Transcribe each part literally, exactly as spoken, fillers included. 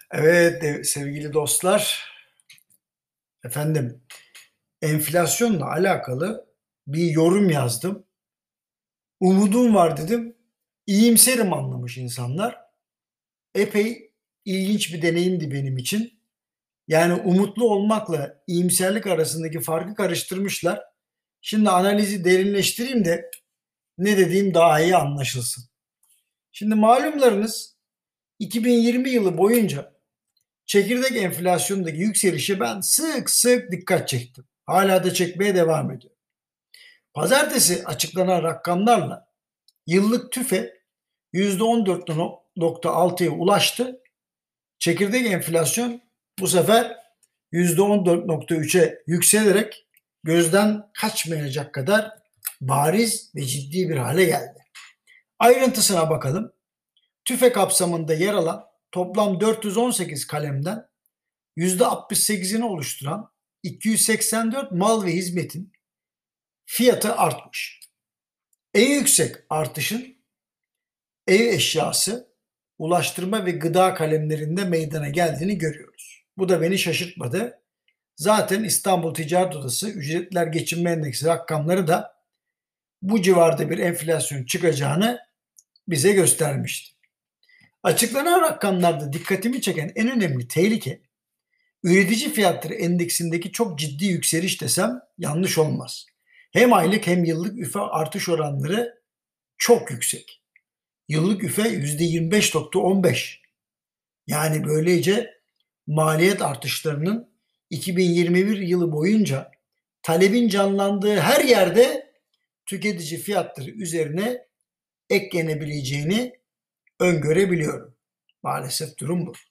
Evet de- sevgili dostlar, efendim enflasyonla alakalı bir yorum yazdım. Umudum var dedim. İyimserim anlamış insanlar. Epey ilginç bir deneyimdi benim için. Yani umutlu olmakla iyimserlik arasındaki farkı karıştırmışlar. Şimdi analizi derinleştireyim de ne dediğim daha iyi anlaşılsın. Şimdi malumlarınız iki bin yirmi yılı boyunca çekirdek enflasyondaki yükselişe ben sık sık dikkat çektim. Hala da çekmeye devam ediyor. Pazartesi açıklanan rakamlarla yıllık tüfe yüzde on dört nokta altıya ulaştı. Çekirdek enflasyon bu sefer yüzde on dört nokta üçe yükselerek gözden kaçmayacak kadar bariz ve ciddi bir hale geldi. Ayrıntısına bakalım. Tüfe kapsamında yer alan toplam dört yüz on sekiz kalemden yüzde altmış sekizini oluşturan iki yüz seksen dört mal ve hizmetin fiyatı artmış. En yüksek artışın ev eşyası, ulaştırma ve gıda kalemlerinde meydana geldiğini görüyoruz. Bu da beni şaşırtmadı. Zaten İstanbul Ticaret Odası ücretler geçinme endeksi rakamları da bu civarda bir enflasyon çıkacağını bize göstermişti. Açıklanan rakamlarda dikkatimi çeken en önemli tehlike üretici fiyatları endeksindeki çok ciddi yükseliş desem yanlış olmaz. Hem aylık hem yıllık üfe artış oranları çok yüksek. Yıllık üfe yüzde yirmi beş nokta on beş. Yani böylece maliyet artışlarının iki bin yirmi bir yılı boyunca talebin canlandığı her yerde tüketici fiyatları üzerine eklenebileceğini öngörebiliyorum. Maalesef durum bu.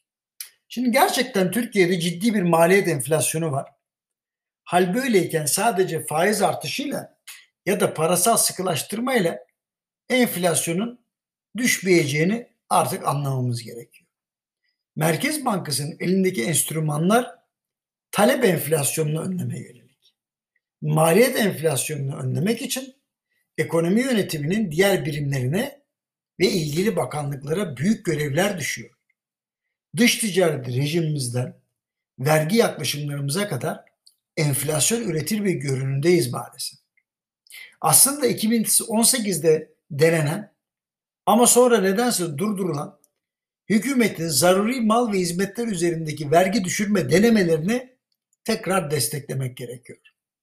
Şimdi gerçekten Türkiye'de ciddi bir maliyet enflasyonu var. Hal böyleyken sadece faiz artışıyla ya da parasal sıkılaştırmayla enflasyonun düşmeyeceğini artık anlamamız gerekiyor. Merkez Bankası'nın elindeki enstrümanlar talep enflasyonunu önlemeye yönelik. Maliyet enflasyonunu önlemek için ekonomi yönetiminin diğer birimlerine ve ilgili bakanlıklara büyük görevler düşüyor. Dış ticaret rejimimizden vergi yaklaşımlarımıza kadar enflasyon üretir bir görünümdeyiz maalesef. Aslında iki bin on sekizde denenen ama sonra nedense durdurulan hükümetin zaruri mal ve hizmetler üzerindeki vergi düşürme denemelerini tekrar desteklemek gerekiyor.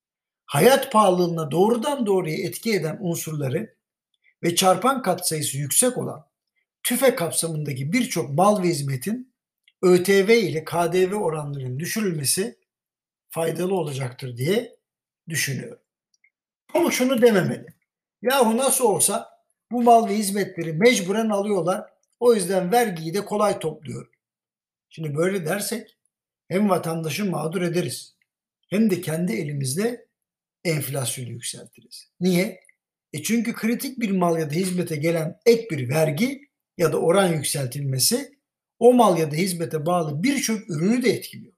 Hayat pahalılığına doğrudan doğruya etki eden unsurları ve çarpan katsayısı yüksek olan tüfe kapsamındaki birçok mal ve hizmetin ÖTV ile K D V oranlarının düşürülmesi faydalı olacaktır diye düşünüyorum. Ama şunu dememeli. Yahu nasıl olsa bu mal ve hizmetleri mecburen alıyorlar. O yüzden vergiyi de kolay topluyor. Şimdi böyle dersek hem vatandaşı mağdur ederiz hem de kendi elimizde enflasyonu yükseltiriz. Niye? E çünkü kritik bir mal ya da hizmete gelen ek bir vergi ya da oran yükseltilmesi o mal ya da hizmete bağlı birçok ürünü de etkiliyor.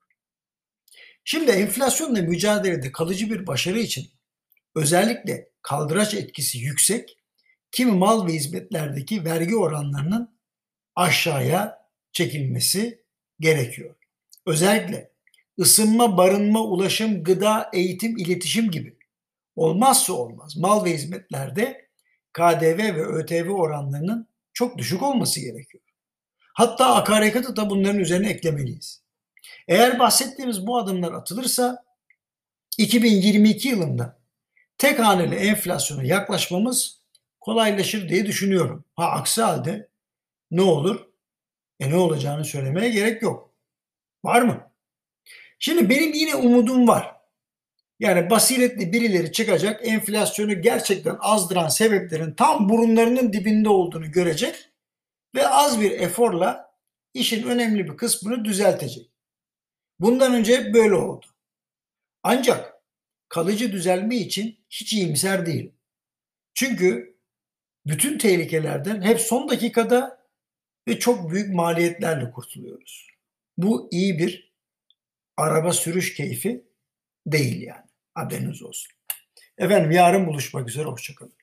Şimdi enflasyonla mücadelede kalıcı bir başarı için özellikle kaldıraç etkisi yüksek kimi mal ve hizmetlerdeki vergi oranlarının aşağıya çekilmesi gerekiyor. Özellikle ısınma, barınma, ulaşım, gıda, eğitim, iletişim gibi olmazsa olmaz mal ve hizmetlerde K D V ve ÖTV oranlarının çok düşük olması gerekiyor. Hatta akaryakıtı da bunların üzerine eklemeliyiz. Eğer bahsettiğimiz bu adımlar atılırsa iki bin yirmi iki yılında tek haneli enflasyona yaklaşmamız kolaylaşır diye düşünüyorum. Ha aksi halde ne olur? E ne olacağını söylemeye gerek yok. Var mı? Şimdi benim yine umudum var. Yani basiretli birileri çıkacak, enflasyonu gerçekten azdıran sebeplerin tam burunlarının dibinde olduğunu görecek ve az bir eforla işin önemli bir kısmını düzeltecek. Bundan önce hep böyle oldu. Ancak kalıcı düzelme için hiç iyimser değilim. Çünkü bütün tehlikelerden hep son dakikada ve çok büyük maliyetlerle kurtuluyoruz. Bu iyi bir araba sürüş keyfi değil yani. Haberiniz olsun. Efendim yarın buluşmak üzere. Hoşça kalın.